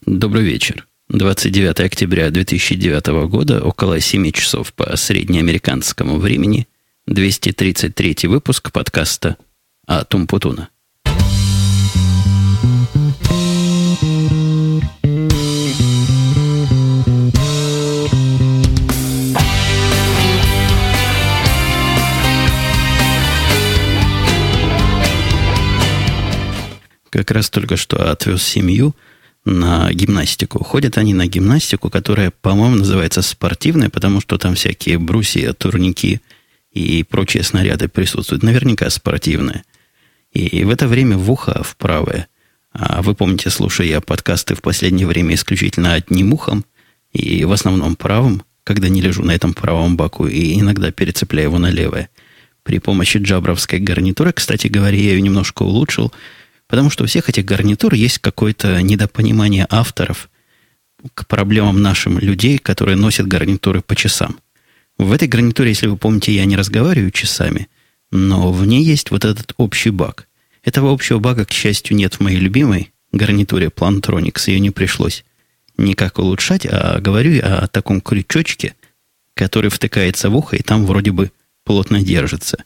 Добрый вечер. 29 октября 2009 года, около 7 часов по среднеамериканскому времени, 233 выпуск подкаста «Атум Путуна». Как раз только что отвез семью на гимнастику. Ходят они на гимнастику, которая, по-моему, называется спортивная, потому что там всякие брусья, турники и прочие снаряды присутствуют. Наверняка спортивная. И в это время в ухо, в правое. А вы помните, слушая я подкасты в последнее время исключительно одним ухом, и в основном правым, когда не лежу на этом правом боку, и иногда перецепляю его на левое. При помощи джабровской гарнитуры, кстати говоря, я ее немножко улучшил, потому что у всех этих гарнитур есть какое-то недопонимание авторов к проблемам нашим людей, которые носят гарнитуры по часам. В этой гарнитуре, если вы помните, я не разговариваю часами, но в ней есть вот этот общий баг. Этого общего бага, к счастью, нет в моей любимой гарнитуре Plantronics. Ее не пришлось никак улучшать, а говорю я о таком крючочке, который втыкается в ухо и там вроде бы плотно держится.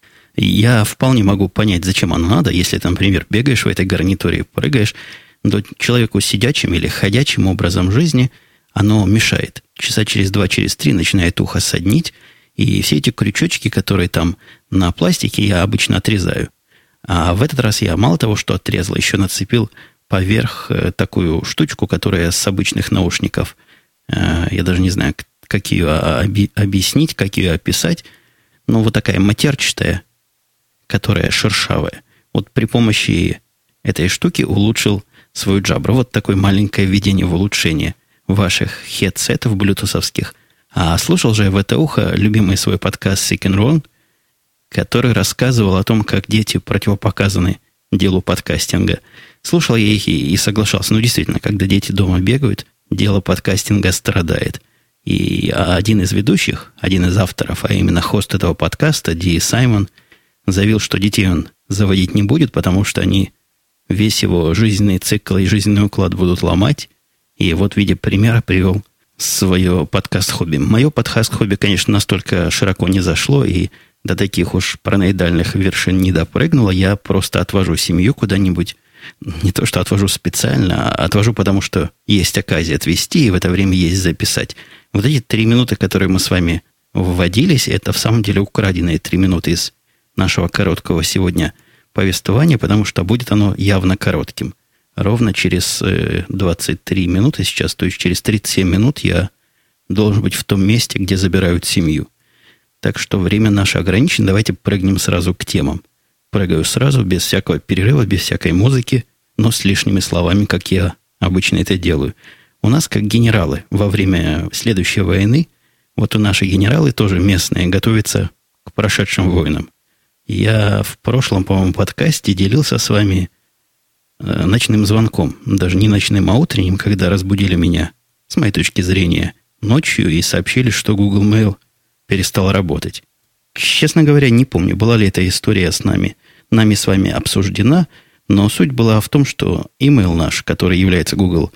Я вполне могу понять, зачем оно надо, если ты, например, бегаешь в этой гарнитуре и прыгаешь, то человеку сидячим или ходячим образом жизни оно мешает. Часа через 2, через 3 начинает ухо соднить, и все эти крючочки, которые там на пластике, я обычно отрезаю. А в этот раз я мало того, что отрезал, еще нацепил поверх такую штучку, которая с обычных наушников, я даже не знаю, как ее объяснить, как ее описать, но вот такая матерчатая, которая шершавая. Вот при помощи этой штуки улучшил свою джабру. Вот такое маленькое введение в улучшение ваших хедсетов блютусовских. А слушал же я в это ухо любимый свой подкаст Sick and Wrong, который рассказывал о том, как дети противопоказаны делу подкастинга. Слушал я их и соглашался. Ну, действительно, когда дети дома бегают, дело подкастинга страдает. И один из ведущих, один из авторов, а именно хост этого подкаста, Ди Саймон, заявил, что детей он заводить не будет, потому что они весь его жизненный цикл и жизненный уклад будут ломать. И вот в виде примера привел свое подкаст-хобби. Мое подкаст-хобби, конечно, настолько широко не зашло и до таких уж параноидальных вершин не допрыгнуло. Я просто отвожу семью куда-нибудь. Не то, что отвожу специально, а отвожу, потому что есть оказия отвезти, и в это время есть записать. Вот эти 3 минуты, которые мы с вами вводились, это в самом деле украденные 3 минуты из нашего короткого сегодня повествования, потому что будет оно явно коротким. Ровно через 23 минуты сейчас, то есть через 37 минут я должен быть в том месте, где забирают семью. Так что время наше ограничено. Давайте прыгнем сразу к темам. Прыгаю сразу, без всякого перерыва, без всякой музыки, но с лишними словами, как я обычно это делаю. У нас, как генералы, во время следующей войны, вот у наших генералы тоже местные готовятся к прошедшим войнам. Я в прошлом, по-моему, подкасте делился с вами ночным звонком. Даже не ночным, а утренним, когда разбудили меня, с моей точки зрения, ночью и сообщили, что Google Mail перестал работать. Честно говоря, не помню, была ли эта история с нами с вами обсуждена, но суть была в том, что email наш, который является Google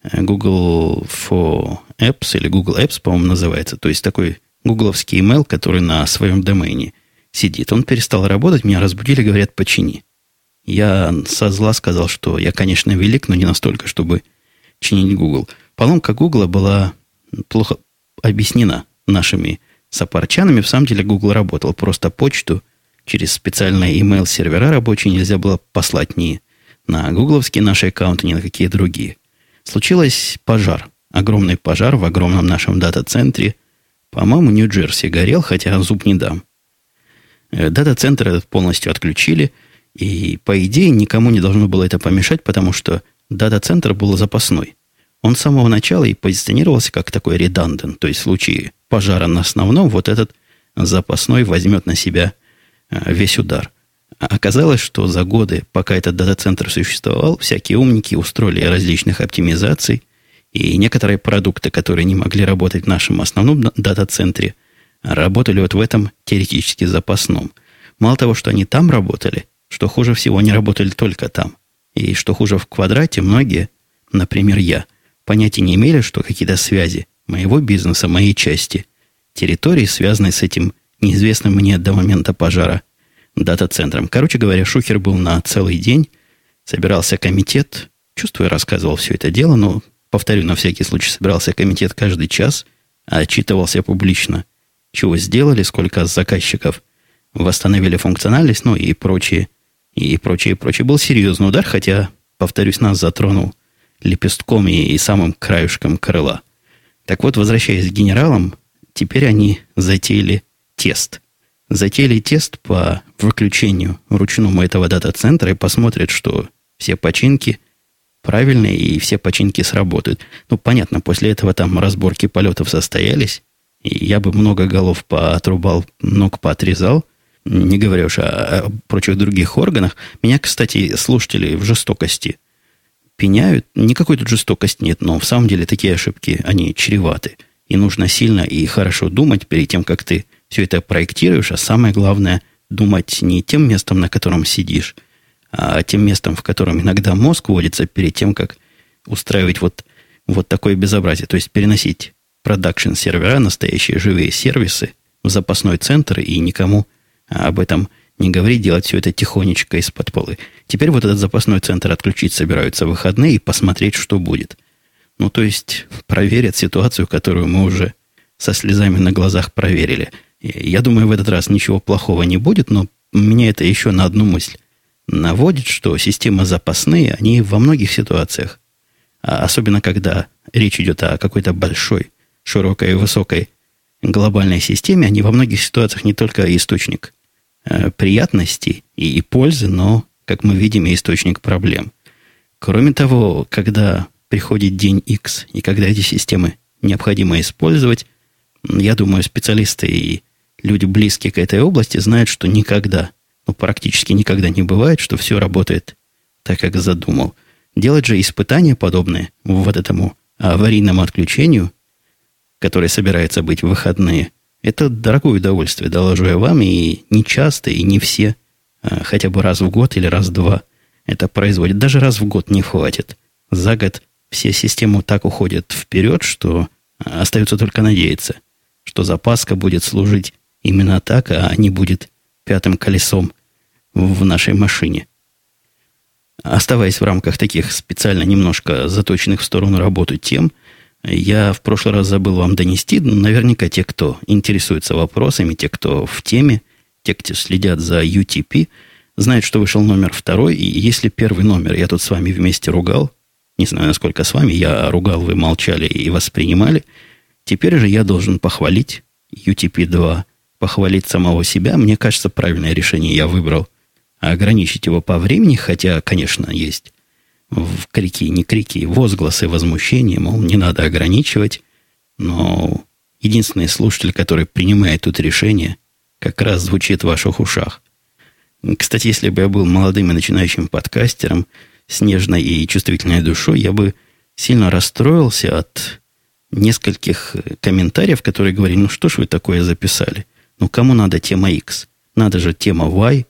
for Apps или Google Apps, по-моему, называется, то есть такой гугловский email, который на своем домене сидит. Он перестал работать, меня разбудили, говорят, почини. Я со зла сказал, что я, конечно, велик, но не настолько, чтобы чинить Google. Поломка Google была плохо объяснена нашими саппорчанами. В самом деле Google работал. Просто почту через специальные email-сервера рабочие нельзя было послать ни на гугловские наши аккаунты, ни на какие другие. Случилось пожар. Огромный пожар в огромном нашем дата-центре. По-моему, Нью-Джерси горел, хотя зуб не дам. Дата-центр этот полностью отключили, и, по идее, никому не должно было это помешать, потому что дата-центр был запасной. Он с самого начала и позиционировался как такой редандент, то есть в случае пожара на основном вот этот запасной возьмет на себя весь удар. А оказалось, что за годы, пока этот дата-центр существовал, всякие умники устроили различных оптимизаций, и некоторые продукты, которые не могли работать в нашем основном дата-центре, работали вот в этом теоретически запасном. Мало того, что они там работали, что хуже всего, они работали только там. И что хуже в квадрате, многие например, я, понятия не имели, что какие-то связи моего бизнеса, моей части, территории, связанные с этим неизвестным мне до момента пожара дата-центром. Короче говоря, шухер был на целый день. Собирался комитет. Чувствую, я рассказывал все это дело, но, повторю, на всякий случай, собирался комитет каждый час, отчитывался публично, чего сделали, сколько заказчиков восстановили функциональность, ну и прочее, и прочее, и прочее. Был серьезный удар, хотя, повторюсь, нас затронул лепестком и самым краюшком крыла. Так вот, возвращаясь к генералам, теперь они затеяли тест. Затеяли тест по выключению ручному этого дата-центра и посмотрят, что все починки правильные и все починки сработают. Ну, понятно, после этого там разборки полетов состоялись, и я бы много голов поотрубал, ног поотрезал, не говоря уж о прочих других органах. Меня, кстати, слушатели в жестокости пеняют. Никакой тут жестокости нет, но в самом деле такие ошибки, они чреваты. И нужно сильно и хорошо думать перед тем, как ты все это проектируешь, а самое главное, думать не тем местом, на котором сидишь, а тем местом, в котором иногда мозг водится перед тем, как устраивать вот такое безобразие. То есть переносить продакшн-сервера, настоящие живые сервисы, в запасной центр и никому об этом не говорить, делать все это тихонечко из-под полы. Теперь вот этот запасной центр отключить собираются в выходные и посмотреть, что будет. Ну, то есть проверят ситуацию, которую мы уже со слезами на глазах проверили. Я думаю, в этот раз ничего плохого не будет, но меня это еще на одну мысль наводит, что системы запасные, они во многих ситуациях, особенно когда речь идет о какой-то большой, широкой и высокой глобальной системе, они во многих ситуациях не только источник приятностей и пользы, но, как мы видим, и источник проблем. Кроме того, когда приходит день X, и когда эти системы необходимо использовать, я думаю, специалисты и люди, близкие к этой области, знают, что никогда, ну, практически никогда не бывает, что все работает так, как задумал. Делать же испытания подобные вот этому аварийному отключению, которое собирается быть в выходные, это дорогое удовольствие, доложу я вам, и не часто, и не все, хотя бы раз в год или раз в два это производят. Даже раз в год не хватит. За год все системы так уходят вперед, что остается только надеяться, что запаска будет служить именно так, а не будет пятым колесом в нашей машине. Оставаясь в рамках таких специально немножко заточенных в сторону работы тем, я в прошлый раз забыл вам донести, наверняка те, кто интересуется вопросами, те, кто в теме, те, кто следят за UTP, знают, что вышел номер 2, и если первый номер я тут с вами вместе ругал, не знаю, насколько с вами, я ругал, вы молчали и воспринимали, теперь же я должен похвалить UTP 2, похвалить самого себя. Мне кажется, правильное решение я выбрал. Ограничить его по времени, хотя, конечно, есть в крики, не крики, возгласы возмущения, мол, не надо ограничивать. Но единственный слушатель, который принимает тут решение, как раз звучит в ваших ушах. Кстати, если бы я был молодым и начинающим подкастером с нежной и чувствительной душой, я бы сильно расстроился от нескольких комментариев, которые говорили, ну что ж вы такое записали? Ну кому надо тема X? Надо же тема Y.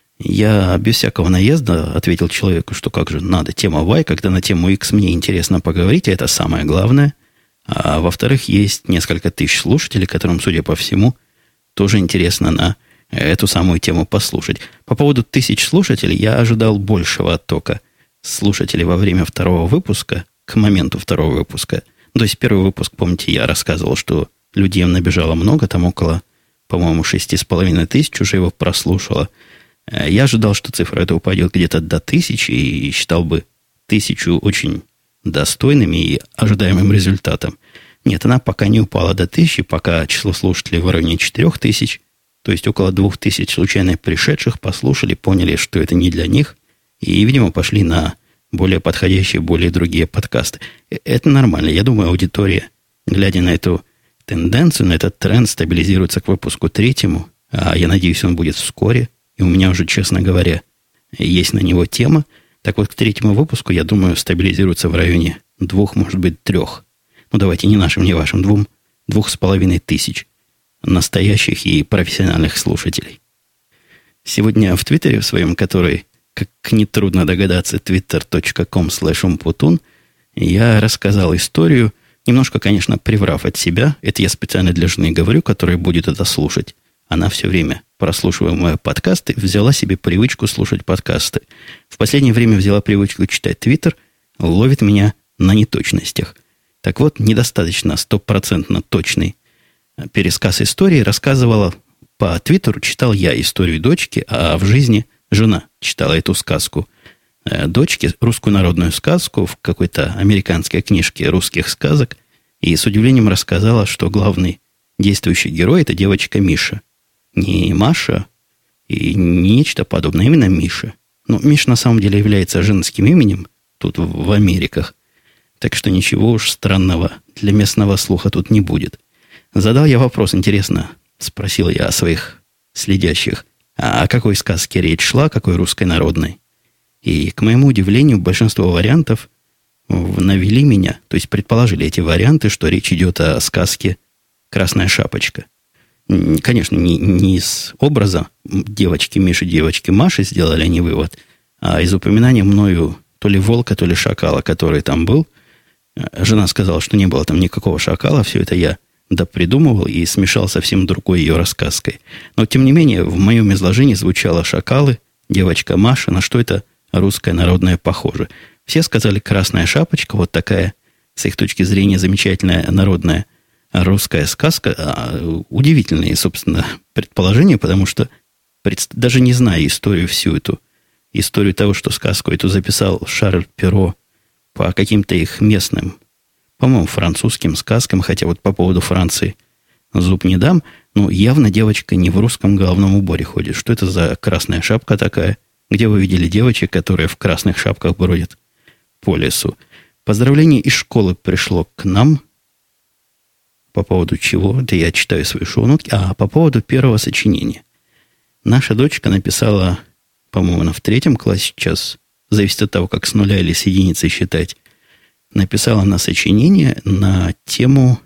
Я без всякого наезда ответил человеку, что как же надо тема Y, когда на тему X мне интересно поговорить, а это самое главное. А во-вторых, есть несколько тысяч слушателей, которым, судя по всему, тоже интересно на эту самую тему послушать. По поводу 1000 слушателей я ожидал большего оттока слушателей во время 2 выпуска, к моменту 2 выпуска. То есть 1 выпуск, помните, я рассказывал, что людей набежало много, там около, по-моему, 6500 уже его прослушало. Я ожидал, что цифра эта упадет где-то до 1000 и считал бы 1000 очень достойным и ожидаемым результатом. Нет, она пока не упала до 1000, пока число слушателей в районе 4000, то есть около 2000 случайно пришедших послушали, поняли, что это не для них, и, видимо, пошли на более подходящие, более другие подкасты. Это нормально. Я думаю, аудитория, глядя на эту тенденцию, на этот тренд, стабилизируется к выпуску 3, а я надеюсь, он будет вскоре. И у меня уже, честно говоря, есть на него тема. Так вот, к 3 выпуску, я думаю, стабилизируется в районе 2, может быть, 3. Ну, давайте не нашим, не вашим, 2500 настоящих и профессиональных слушателей. Сегодня в Твиттере в своем, который, как нетрудно догадаться, twitter.com/umputun, Я рассказал историю, немножко, конечно, приврав от себя. Это я специально для жены говорю, которая будет это слушать. Она все время, прослушивая мои подкасты, взяла себе привычку слушать подкасты. В последнее время взяла привычку читать Твиттер, ловит меня на неточностях. Так вот, недостаточно стопроцентно точный пересказ истории рассказывала по Твиттеру, читал я историю дочки, а в жизни жена читала эту сказку дочке, русскую народную сказку в какой-то американской книжке русских сказок, и с удивлением рассказала, что главный действующий герой – это девочка Миша. Не Маша и не нечто подобное, именно Миша. Ну, Миша на самом деле является женским именем тут в Америках, так что ничего уж странного для местного слуха тут не будет. Задал я вопрос, интересно, спросил я о своих следящих, а о какой сказке речь шла, какой русской народной. И, к моему удивлению, большинство вариантов навели меня, то есть предположили эти варианты, что речь идет о сказке «Красная шапочка». Конечно, не из образа девочки Миши, девочки Маши сделали они вывод, а из упоминания мною то ли волка, то ли шакала, который там был. Жена сказала, что не было там никакого шакала, все это я допридумывал и смешал совсем другой ее рассказкой. Но, тем не менее, в моем изложении звучало шакалы, девочка Маша, на что это русское народное похоже. Все сказали «Красная шапочка», вот такая, с их точки зрения, замечательная народная русская сказка. Удивительные, собственно, предположения, потому что, даже не зная историю всю эту, историю того, что сказку эту записал Шарль Перро по каким-то их местным, по-моему, французским сказкам, хотя вот по поводу Франции зуб не дам, но явно девочка не в русском головном уборе ходит. Что это за красная шапка такая? Где вы видели девочек, которые в красных шапках бродят по лесу? Поздравление из школы пришло к нам. По поводу чего? Это я читаю свои шоу-нотки. По поводу первого сочинения. Наша дочка написала, по-моему, она в 3 классе сейчас, зависит от того, как с нуля или с единицы считать, написала она сочинение на тему,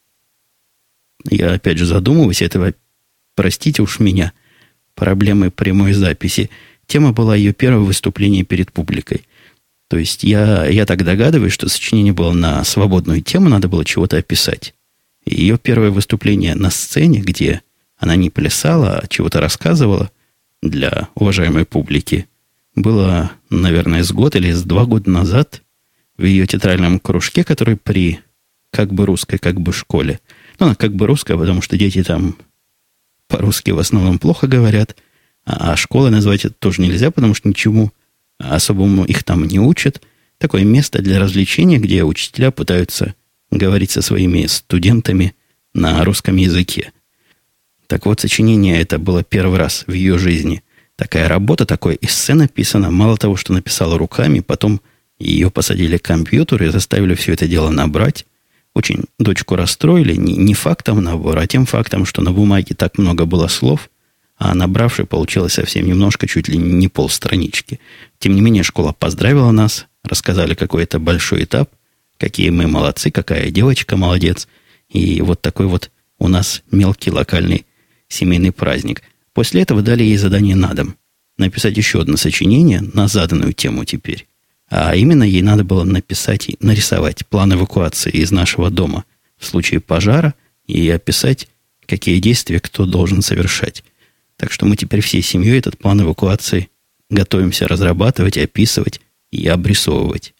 я опять же задумываюсь, этого, простите уж меня, проблемы прямой записи. Тема была ее первое выступление перед публикой. То есть я так догадываюсь, что сочинение было на свободную тему, надо было чего-то описать. Ее первое выступление на сцене, где она не плясала, а чего-то рассказывала для уважаемой публики, было, наверное, с год или с 2 года назад в ее театральном кружке, который при как бы русской, как бы школе. Ну, она как бы русская, потому что дети там по-русски в основном плохо говорят, а школой назвать это тоже нельзя, потому что ничему особому их там не учат. Такое место для развлечения, где учителя пытаются говорить со своими студентами на русском языке. Так вот, сочинение это было первый раз в ее жизни. Такая работа, такое эссе написано. Мало того, что написала руками, потом ее посадили к компьютеру и заставили все это дело набрать. Очень дочку расстроили не фактом набора, а тем фактом, что на бумаге так много было слов, а набравшей получилось совсем немножко, чуть ли не полстранички. Тем не менее, школа поздравила нас, рассказали, какой это большой этап, какие мы молодцы, какая девочка молодец. И вот такой вот у нас мелкий локальный семейный праздник. После этого дали ей задание на дом. Написать еще одно сочинение на заданную тему теперь. А именно ей надо было написать и нарисовать план эвакуации из нашего дома в случае пожара и описать, какие действия кто должен совершать. Так что мы теперь всей семьей этот план эвакуации готовимся разрабатывать, описывать и обрисовывать.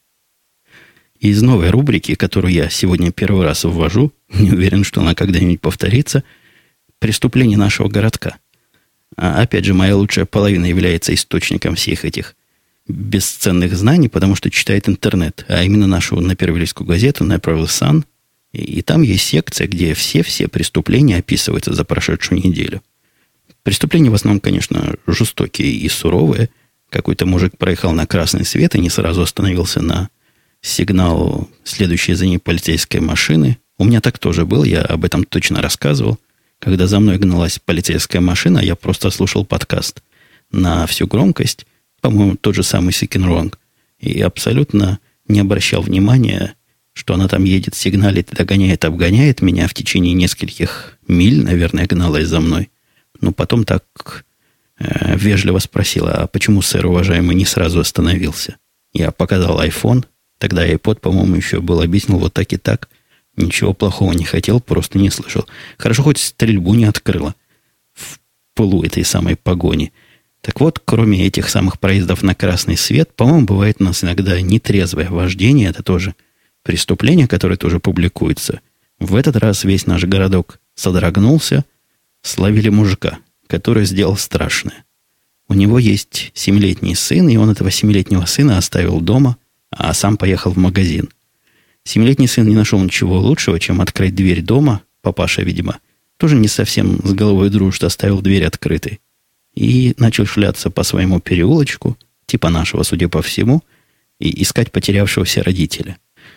Из новой рубрики, которую я сегодня первый раз ввожу, не уверен, что она когда-нибудь повторится, преступление нашего городка. Опять же, моя лучшая половина является источником всех этих бесценных знаний, потому что читает интернет, а именно нашу напервильскую газету Naperville Sun, и там есть секция, где все преступления описываются за прошедшую неделю. Преступления в основном, конечно, жестокие и суровые. Какой-то мужик проехал на красный свет и не сразу остановился на сигнал следующей за ней полицейской машины. У меня так тоже было, я об этом точно рассказывал. Когда за мной гналась полицейская машина, я просто слушал подкаст на всю громкость, по-моему, тот же самый Sick and Wrong, и абсолютно не обращал внимания, что она там едет, сигналит, догоняет, обгоняет меня в течение нескольких миль, наверное, гналась за мной. Но потом так вежливо спросила, а почему, сэр, уважаемый, не сразу остановился? Я показал iPhone, Тогда iPod, по-моему, еще был объяснил вот так и так. Ничего плохого не хотел, просто не слышал. Хорошо, хоть стрельбу не открыла в пылу этой самой погони. Так вот, кроме этих самых проездов на красный свет, по-моему, бывает у нас иногда нетрезвое вождение. Это тоже преступление, которое тоже публикуется. В этот раз весь наш городок содрогнулся, словили мужика, который сделал страшное. У него есть 7-летний сын, и он этого 7-летнего сына оставил дома, а сам поехал в магазин. 7-летний сын не нашел ничего лучшего, чем открыть дверь дома. Папаша, видимо, тоже не совсем с головой дружит, оставил дверь открытой. И начал шляться по своему переулочку, типа нашего, судя по всему, и искать потерявшегося родителя.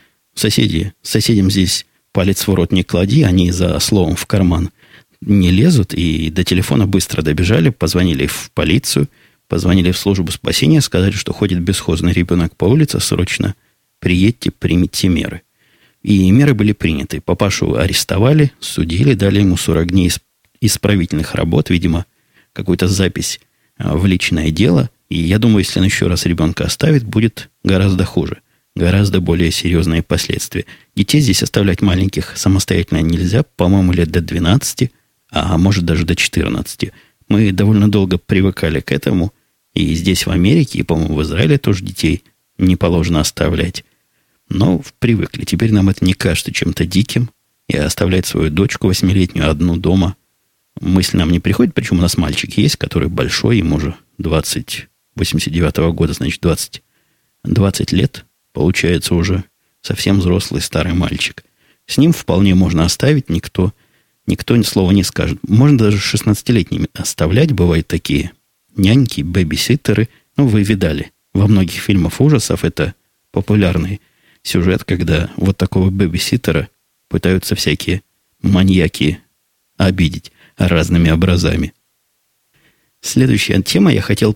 Соседям здесь палец в рот не клади, они за словом в карман не лезут, и до телефона быстро добежали, позвонили в полицию, позвонили в службу спасения, сказали, что ходит бесхозный ребенок по улице, срочно приедьте, примите меры. И меры были приняты. Папашу арестовали, судили, дали ему 40 дней исправительных работ, видимо, какую-то запись в личное дело. И я думаю, если он еще раз ребенка оставит, будет гораздо хуже. Гораздо более серьезные последствия. Детей здесь оставлять маленьких самостоятельно нельзя, по-моему, лет до 12, а может даже до 14. Мы довольно долго привыкали к этому. И здесь, в Америке, и, по-моему, в Израиле тоже детей не положено оставлять. Но привыкли. Теперь нам это не кажется чем-то диким. И оставлять свою дочку 8-летнюю одну дома мысль нам не приходит. Причем у нас мальчик есть, который большой, ему уже 89-го года, значит, 20 лет. Получается уже совсем взрослый старый мальчик. С ним вполне можно оставить, никто ни слова не скажет. Можно даже 16-летними оставлять, бывают такие няньки, бэбиситтеры. Ну, вы видали. Во многих фильмах ужасов это популярный сюжет, когда вот такого бэбиситера пытаются всякие маньяки обидеть разными образами. Следующая тема. Я хотел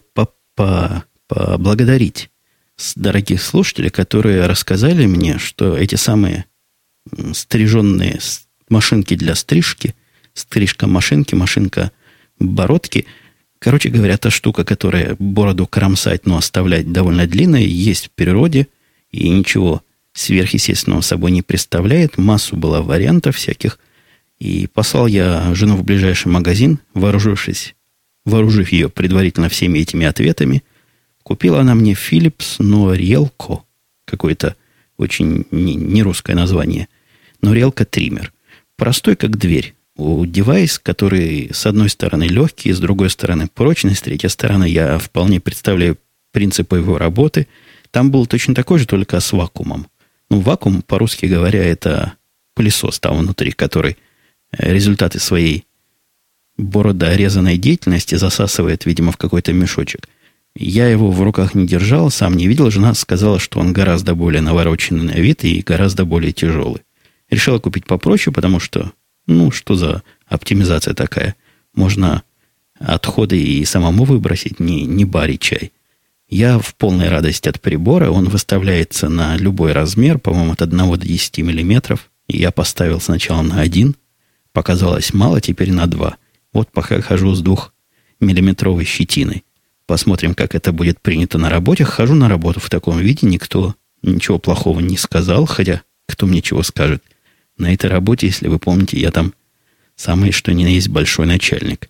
поблагодарить дорогих слушателей, которые рассказали мне, что эти самые стриженные машинки для стрижки, стрижка-машинки, машинка-бородки, короче говоря, та штука, которая бороду кромсать, но оставлять довольно длинной, есть в природе, и ничего сверхъестественного собой не представляет. Массу было вариантов всяких. И послал я жену в ближайший магазин, вооружив ее предварительно всеми этими ответами. Купила она мне Philips Norilco, какое-то очень не русское название, Norilco триммер. Простой, как дверь. У девайс, который с одной стороны легкий, с другой стороны прочный, с третьей стороны я вполне представляю принципы его работы. Там был точно такой же, только с вакуумом. Ну, вакуум, по-русски говоря, это пылесос там внутри, который результаты своей бородорезанной деятельности засасывает, видимо, в какой-то мешочек. Я его в руках не держал, сам не видел. Жена сказала, что он гораздо более навороченный на вид и гораздо более тяжелый. Решила купить попроще, потому что, что за оптимизация такая? Можно отходы и самому выбросить, не барить чай. Я в полной радости от прибора. Он выставляется на любой размер, по-моему, от 1 до 10 миллиметров. И я поставил сначала на 1. Показалось мало, теперь на 2. Вот пока хожу с 2-миллиметровой щетиной. Посмотрим, как это будет принято на работе. Хожу на работу в таком виде. Никто ничего плохого не сказал. Хотя, кто мне чего скажет? На этой работе, если вы помните, я там самый что ни на есть большой начальник.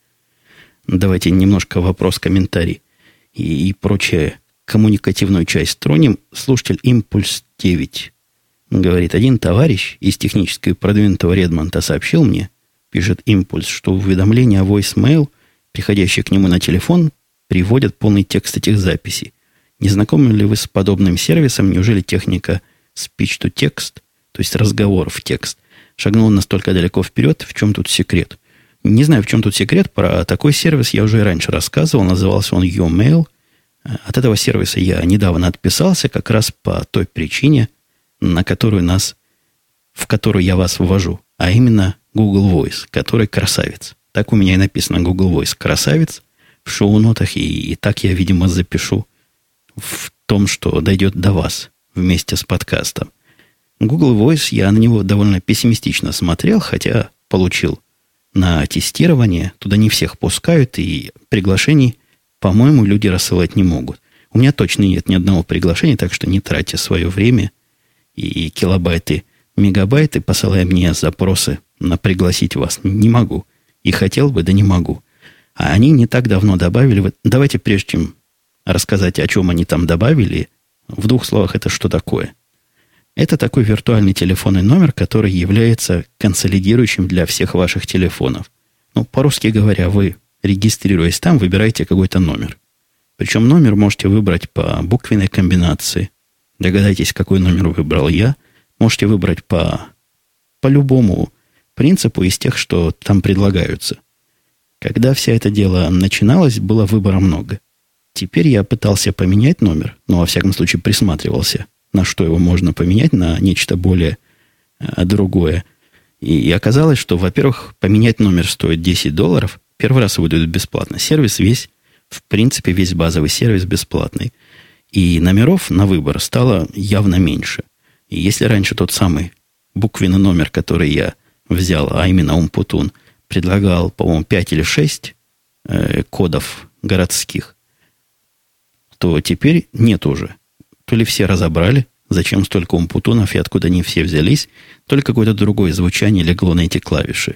Давайте немножко вопрос-комментарий и прочее коммуникативную часть тронем. Слушатель Импульс 9 говорит, один товарищ из технически продвинутого Редмонта сообщил мне, пишет Импульс, что уведомления о voicemail, приходящие к нему на телефон, приводят полный текст этих записей. Не знакомы ли вы с подобным сервисом? Неужели техника speech-to-text, то есть разговор в текст, шагнула настолько далеко вперед? В чем тут секрет? Не знаю, в чем тут секрет. Про такой сервис я уже и раньше рассказывал. Назывался он YouMail. От этого сервиса я недавно отписался как раз по той причине, в которую я вас ввожу. А именно Google Voice, который красавец. Так у меня и написано Google Voice красавец в шоу-нотах. И так я, видимо, запишу в том, что дойдет до вас вместе с подкастом. Google Voice, я на него довольно пессимистично смотрел, хотя получил на тестирование. Туда не всех пускают, и приглашений, по-моему, люди рассылать не могут. У У меня точно нет ни одного приглашения, так что не тратьте свое время и килобайты, мегабайты, посылая мне запросы на пригласить вас. Не могу. И хотел бы, да не могу. А они не так давно добавили. Давайте, прежде чем рассказать, о чем они там добавили, в двух словах, это что такое? Это такой виртуальный телефонный номер, который является консолидирующим для всех ваших телефонов. Ну, по-русски говоря, вы, регистрируясь там, выбираете какой-то номер. Причем номер можете выбрать по буквенной комбинации. Догадайтесь, какой номер выбрал я. Можете выбрать по любому принципу из тех, что там предлагаются. Когда вся это дело начиналось, было выбора много. Теперь я пытался поменять номер, но, во всяком случае, присматривался, на что его можно поменять, на нечто более другое. И оказалось, что, во-первых, поменять номер стоит $10. Первый раз его дают бесплатно. Сервис весь, в принципе, весь базовый сервис бесплатный. И номеров на выбор стало явно меньше. И если раньше тот самый буквенный номер, который я взял, а именно Умпутун, предлагал, по-моему, 5 или 6 кодов городских, то теперь нет уже. То ли все разобрали, зачем столько умпутунов и откуда они все взялись, то ли какое-то другое звучание легло на эти клавиши.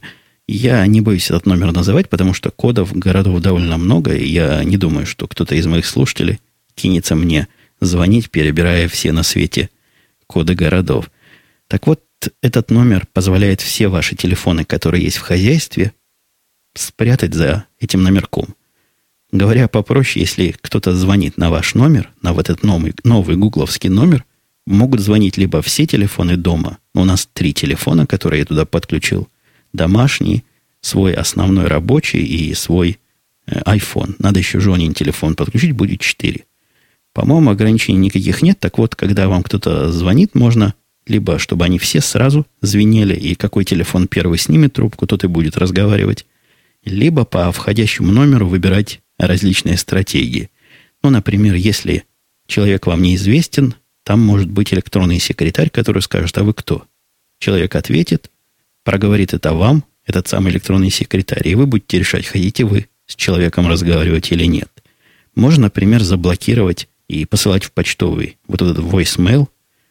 Я не боюсь этот номер называть, потому что кодов городов довольно много, и я не думаю, что кто-то из моих слушателей кинется мне звонить, перебирая все на свете коды городов. Так вот, этот номер позволяет все ваши телефоны, которые есть в хозяйстве, спрятать за этим номерком. Говоря попроще, если кто-то звонит на ваш номер, на вот этот новый гугловский номер, могут звонить либо все телефоны дома, у нас 3 телефона, которые я туда подключил, домашний, свой основной рабочий и свой iPhone. Надо еще Женин телефон подключить, будет 4. По-моему, ограничений никаких нет. Так вот, когда вам кто-то звонит, можно либо, чтобы они все сразу звенели, и какой телефон первый снимет трубку, тот и будет разговаривать, либо по входящему номеру выбирать различные стратегии. Ну, например, если человек вам неизвестен, там может быть электронный секретарь, который скажет: а вы кто? Человек ответит, проговорит это вам, этот самый электронный секретарь, и вы будете решать, хотите вы с человеком разговаривать или нет. Можно, например, заблокировать и посылать в почтовый вот этот voicemail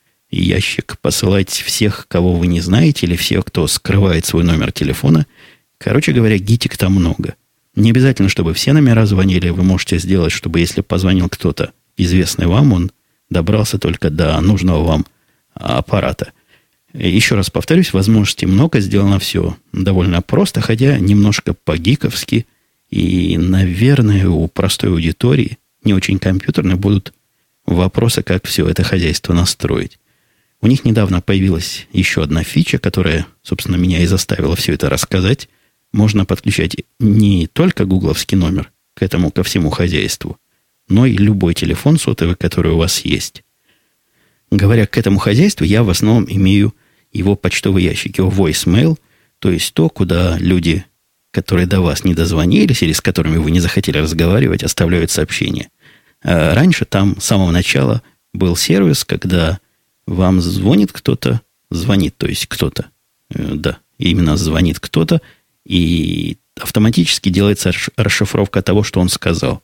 ящик, посылать всех, кого вы не знаете, или всех, кто скрывает свой номер телефона. Короче говоря, гитик там много. Не обязательно, чтобы все номера звонили. Вы можете сделать, чтобы если позвонил кто-то известный вам, он добрался только до нужного вам аппарата. Еще раз повторюсь, возможностей много, сделано все довольно просто, хотя немножко по-гиковски. И, наверное, у простой аудитории, не очень компьютерной, будут вопросы, как все это хозяйство настроить. У них недавно появилась еще одна фича, которая, собственно, меня и заставила все это рассказать. Можно подключать не только гугловский номер к этому, ко всему хозяйству, но и любой телефон сотовый, который у вас есть. Говоря к этому хозяйству, я в основном имею его почтовый ящик, его voicemail, то есть то, куда люди, которые до вас не дозвонились или с которыми вы не захотели разговаривать, оставляют сообщения. А раньше там с самого начала был сервис, когда вам звонит кто-то, то есть кто-то, да, именно звонит кто-то, и автоматически делается расшифровка того, что он сказал.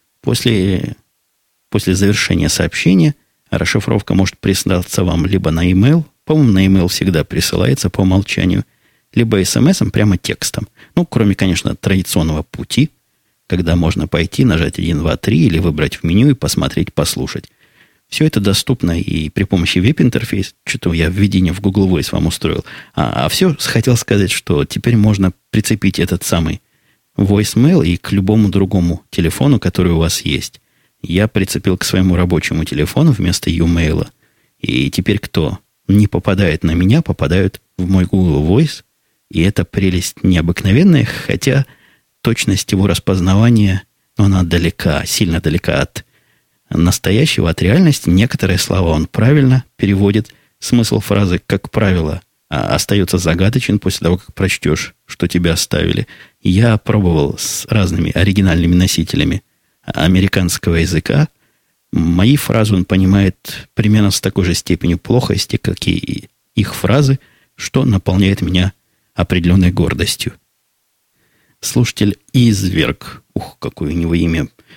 После завершения сообщения расшифровка может присылаться вам либо на e-mail, по-моему, на e-mail всегда присылается по умолчанию, либо смс-ом, прямо текстом. Ну, кроме, конечно, традиционного пути, когда можно пойти, нажать 1, 2, 3 или выбрать в меню и посмотреть, послушать. Все это доступно и при помощи веб-интерфейса. Что-то я введение в Google Voice вам устроил. А все хотел сказать, что теперь можно прицепить этот самый voicemail и к любому другому телефону, который у вас есть. Я прицепил к своему рабочему телефону вместо e-mail. И теперь кто не попадает на меня, попадают в мой Google Voice. И это прелесть необыкновенная, хотя точность его распознавания, она далека, сильно далека от настоящего, от реальности. Некоторые слова он правильно переводит. Смысл фразы, как правило, остается загадочен после того, как прочтешь, что тебя оставили. Я пробовал с разными оригинальными носителями американского языка. Мои фразы он понимает примерно с такой же степенью плохости, как и их фразы, что наполняет меня определенной гордостью. Слушатель Изверг, какое у него имя,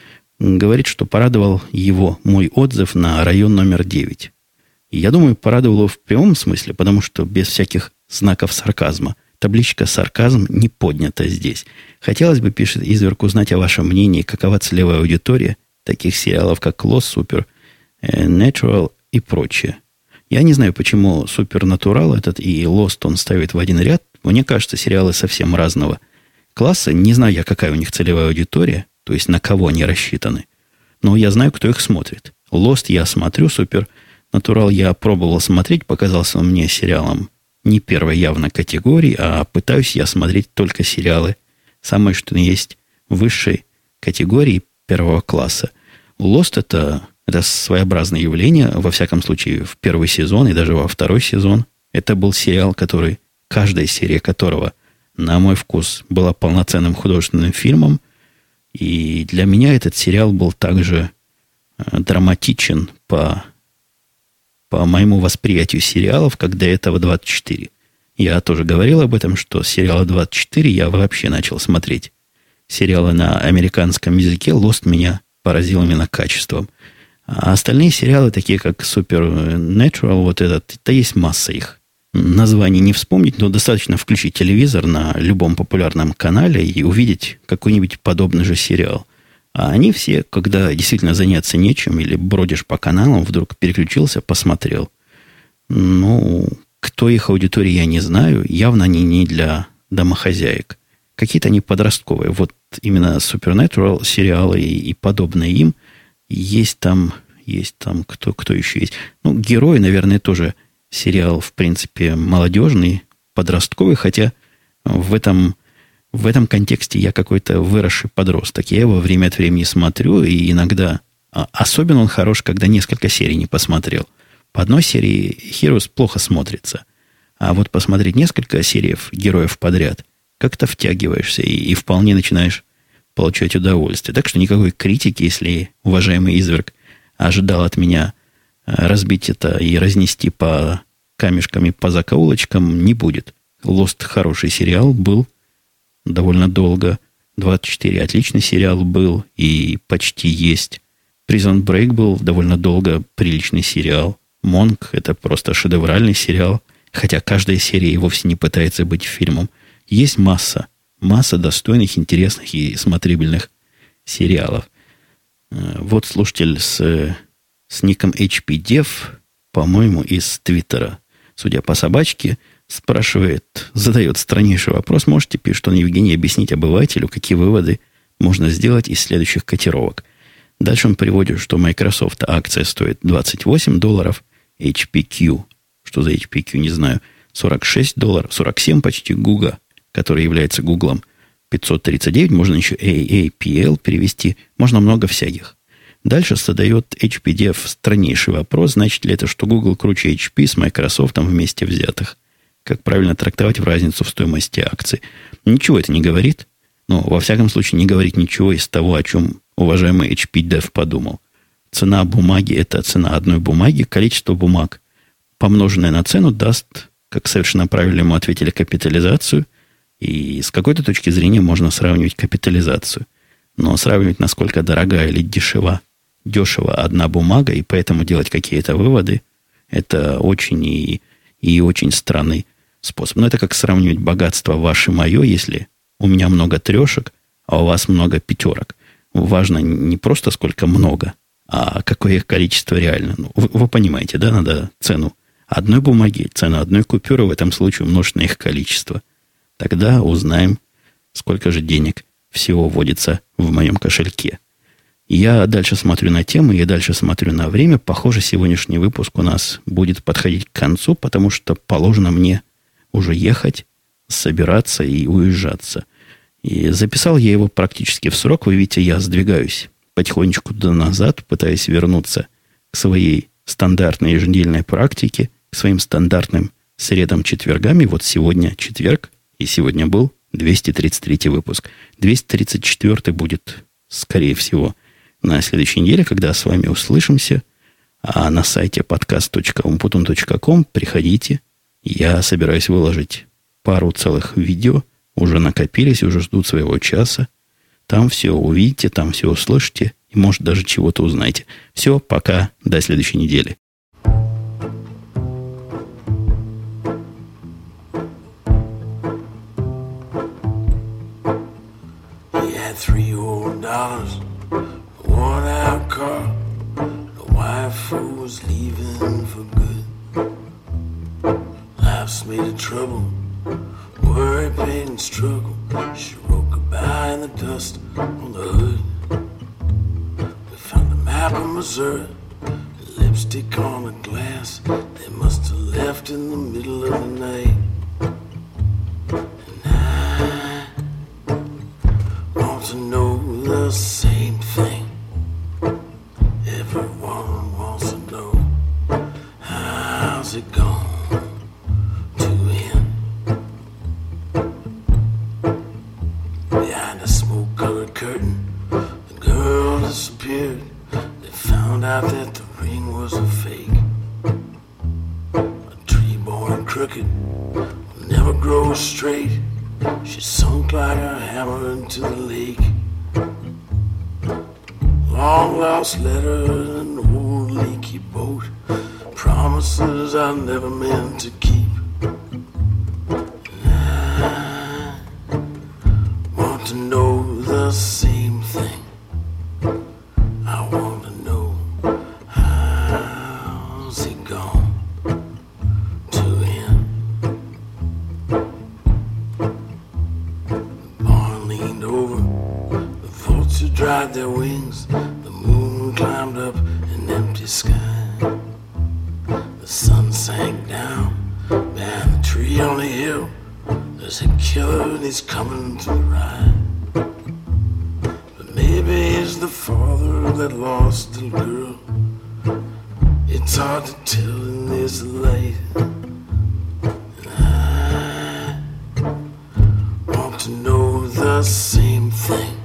говорит, что порадовал его мой отзыв на район номер 9. И я думаю, порадовал его в прямом смысле, потому что без всяких знаков сарказма. Табличка «Сарказм» не поднята здесь. Хотелось бы, пишет изверг, узнать о вашем мнении, какова целевая аудитория таких сериалов, как Lost, Super, Natural и прочее. Я не знаю, почему Supernatural этот и Lost он ставит в один ряд. Мне кажется, сериалы совсем разного класса. Не знаю я, какая у них целевая аудитория, то есть на кого они рассчитаны. Но я знаю, кто их смотрит. Lost я смотрю, Supernatural я пробовал смотреть, показался он мне сериалом не первой явно категории, а пытаюсь я смотреть только сериалы самое что есть высшей категории первого класса. Lost это своеобразное явление, во всяком случае, в первый сезон и даже во второй сезон. Это был сериал, который, каждая серия которого, на мой вкус, была полноценным художественным фильмом. И для меня этот сериал был также драматичен по моему восприятию сериалов, как до этого 24. Я тоже говорил об этом, что с сериала 24 я вообще начал смотреть сериалы на американском языке. Lost меня поразил именно качеством. А остальные сериалы, такие как Supernatural, вот этот, это есть масса их. Названий не вспомнить, но достаточно включить телевизор на любом популярном канале и увидеть какой-нибудь подобный же сериал. А они все, когда действительно заняться нечем или бродишь по каналам, вдруг переключился, посмотрел. Ну, кто их аудитория, я не знаю. Явно они не для домохозяек. Какие-то они подростковые. Вот именно Supernatural сериалы и подобные им. Есть там кто еще есть. Ну, Герои, наверное, тоже сериал, в принципе, молодежный, подростковый, хотя в этом контексте я какой-то выросший подросток. Я его время от времени смотрю, и иногда... Особенно он хорош, когда несколько серий не посмотрел. По одной серии Heroes плохо смотрится. А вот посмотреть несколько серий героев подряд, как-то втягиваешься и вполне начинаешь получать удовольствие. Так что никакой критики, если уважаемый изверг ожидал от меня разбить это и разнести по камешкам и по закоулочкам, не будет. Lost хороший сериал был довольно долго. 24 отличный сериал был и почти есть. Prison Break был довольно долго приличный сериал. Monk это просто шедевральный сериал, хотя каждая серия и вовсе не пытается быть фильмом. Есть масса достойных, интересных и смотрибельных сериалов. Вот слушатель с ником HPDev, по-моему, из Твиттера, судя по собачке, задает страннейший вопрос. Можете, пишет он, Евгений, объяснить обывателю, какие выводы можно сделать из следующих котировок? Дальше он приводит, что Microsoft акция стоит $28, HPQ, что за HPQ, не знаю, $46, 47 почти Google, который является Гуглом, 539, можно еще AAPL перевести, можно много всяких. Дальше задает HPDev страннейший вопрос, значит ли это, что Google круче HP с Microsoft вместе взятых? Как правильно трактовать в разницу в стоимости акций? Ничего это не говорит, но во всяком случае не говорит ничего из того, о чем уважаемый HPDev подумал. Цена бумаги – это цена одной бумаги, количество бумаг, помноженное на цену, даст, как совершенно правильно ему ответили, капитализацию. И с какой-то точки зрения можно сравнивать капитализацию. Но сравнивать, насколько дорогая или дешева одна бумага, и поэтому делать какие-то выводы, это очень и очень странный способ. Но это как сравнивать богатство ваше и мое, если у меня много трешек, а у вас много пятерок. Важно не просто сколько много, а какое их количество реально. Ну, вы понимаете, да? Надо цену одной бумаги, цену одной купюры в этом случае умножить на их количество. Тогда узнаем, сколько же денег всего вводится в моем кошельке. Я дальше смотрю на темы, я дальше смотрю на время. Похоже, сегодняшний выпуск у нас будет подходить к концу, потому что положено мне уже ехать, собираться и уезжаться. И записал я его практически в срок. Вы видите, я сдвигаюсь потихонечку назад, пытаясь вернуться к своей стандартной еженедельной практике, к своим стандартным средам, четвергам. И вот сегодня четверг, и сегодня был 233 выпуск. 234 будет, скорее всего, на следующей неделе, когда с вами услышимся. А на сайте podcast.umputum.com приходите. Я собираюсь выложить пару целых видео. Уже накопились, уже ждут своего часа. Там все увидите, там все услышите. и, может, даже чего-то узнаете. Все, пока, до следующей недели. $3 worn out car. The wife who was leaving for good. Life's made of trouble, worry, pain, and struggle. She wrote goodbye in the dust on the hood. We found a map of Missouri, lipstick on a glass. They must have left in the middle of the night. To know the same thing. Everyone wants to know, how's it going to end? Behind a smoke-colored curtain, the girl disappeared. They found out that the ring was a fake. A tree born crooked will never grow straight. She sunk like a hammer into the lake. Long lost letters and an old leaky boat. Promises I never meant to keep. And I want to know the same thing. I want to know, how's it gone to end? Leaned over, the vulture dried their wings. The moon climbed up an empty sky. The sun sank down behind the tree on the hill. There's a killer and he's coming to the ride. But maybe it's the father of that lost little girl. It's hard to tell in this light. To know the same thing.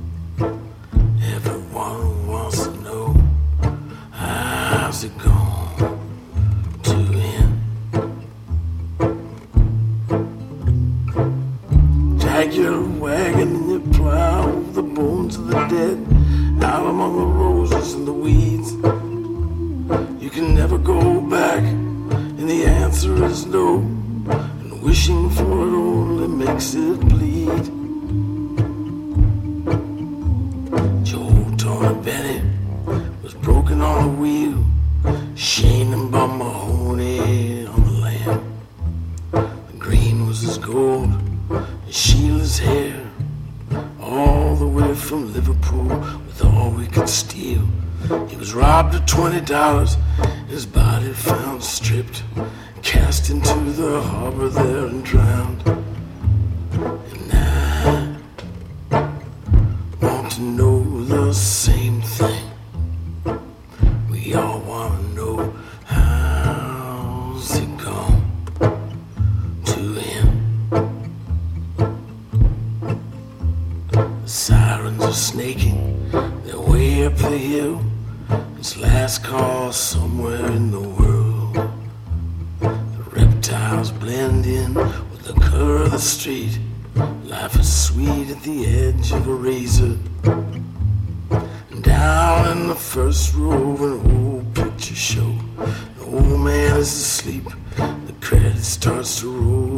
Everyone wants to know, how's it going to end? Drag your wagon and you plow the bones of the dead out among the roses and the weeds. You can never go back, and the answer is no. And wishing for it only makes it bleed. Joe Tony Benny was broken on the wheel. Shane and Bob Mahoney on the lamb. The green was his gold, and Sheila's hair. All the way from Liverpool with all we could steal. He was robbed of $20, his body found stripped, cast into the harbor there and drowned. And I want to know the same thing. We all want to know, how's it going to end? The sirens are snaking their way up the hill. It's last call somewhere in the world. The reptiles blend in with the color of the street. Life is sweet at the edge of a razor. And down in the first row of an old picture show, the old man is asleep. The credit starts to roll.